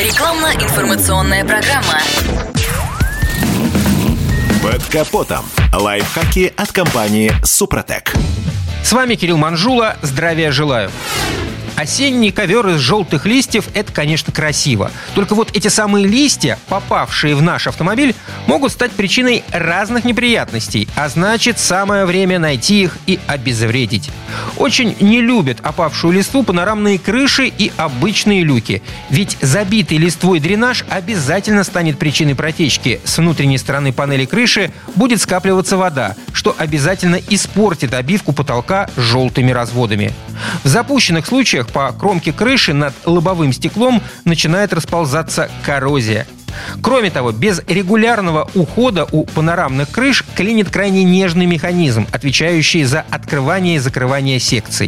Рекламно-информационная программа. Под капотом. Лайфхаки от компании «Супротек». С вами Кирилл Манжула. Здравия желаю. Осенний ковер из желтых листьев – это, конечно, красиво. Только вот эти самые листья, попавшие в наш автомобиль, могут стать причиной разных неприятностей, а значит, самое время найти их и обезвредить. Очень не любят опавшую листву панорамные крыши и обычные люки. Ведь забитый листвой дренаж обязательно станет причиной протечки. С внутренней стороны панели крыши будет скапливаться вода, что обязательно испортит обивку потолка желтыми разводами. В запущенных случаях по кромке крыши над лобовым стеклом начинает расползаться коррозия. Кроме того, без регулярного ухода у панорамных крыш клинит крайне нежный механизм, отвечающий за открывание и закрывание секций.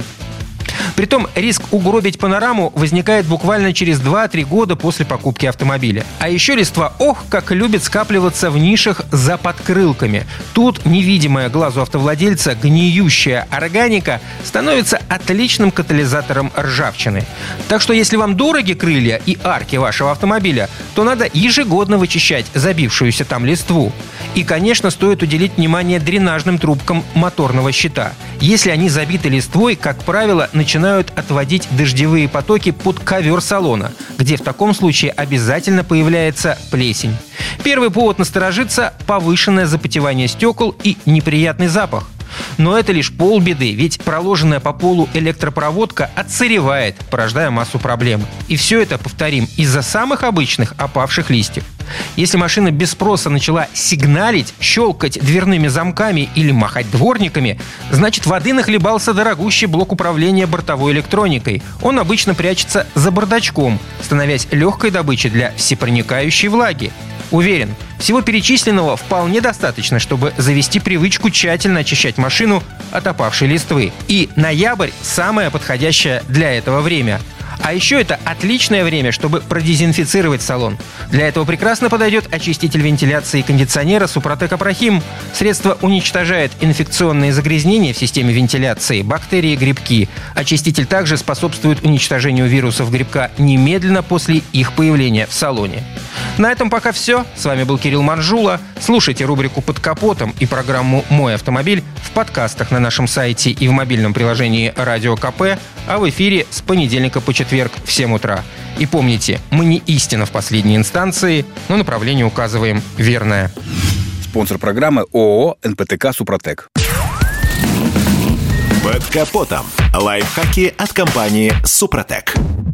Притом риск угробить панораму возникает буквально через 2-3 года после покупки автомобиля. А еще листва, как любит скапливаться в нишах за подкрылками. Тут невидимая глазу автовладельца гниющая органика становится отличным катализатором ржавчины. Так что если вам дороги крылья и арки вашего автомобиля, то надо ежегодно вычищать забившуюся там листву. И, конечно, стоит уделить внимание дренажным трубкам моторного щита. Если они забиты листвой, как правило, начинают отводить дождевые потоки под ковер салона, где в таком случае обязательно появляется плесень. Первый повод насторожиться – повышенное запотевание стекол и неприятный запах. Но это лишь полбеды, ведь проложенная по полу электропроводка отсыревает, порождая массу проблем. И все это, повторим, из-за самых обычных опавших листьев. Если машина без спроса начала сигналить, щелкать дверными замками или махать дворниками, значит, воды нахлебался дорогущий блок управления бортовой электроникой. Он обычно прячется за бардачком, становясь легкой добычей для всепроникающей влаги. Уверен, всего перечисленного вполне достаточно, чтобы завести привычку тщательно очищать машину от опавшей листвы. И ноябрь – самое подходящее для этого время. А еще это отличное время, чтобы продезинфицировать салон. Для этого прекрасно подойдет очиститель вентиляции кондиционера «Супротек Апрахим». Средство уничтожает инфекционные загрязнения в системе вентиляции, бактерии и грибки. Очиститель также способствует уничтожению вирусов грибка немедленно после их появления в салоне. На этом пока все. С вами был Кирилл Манжула. Слушайте рубрику «Под капотом» и программу «Мой автомобиль» в подкастах на нашем сайте и в мобильном приложении «Радио КП», а в эфире с понедельника по четверг в 7 утра. И помните, мы не истина в последней инстанции, но направление указываем верное. Спонсор программы ООО «НПТК Супротек». Под капотом. Лайфхаки от компании «Супротек».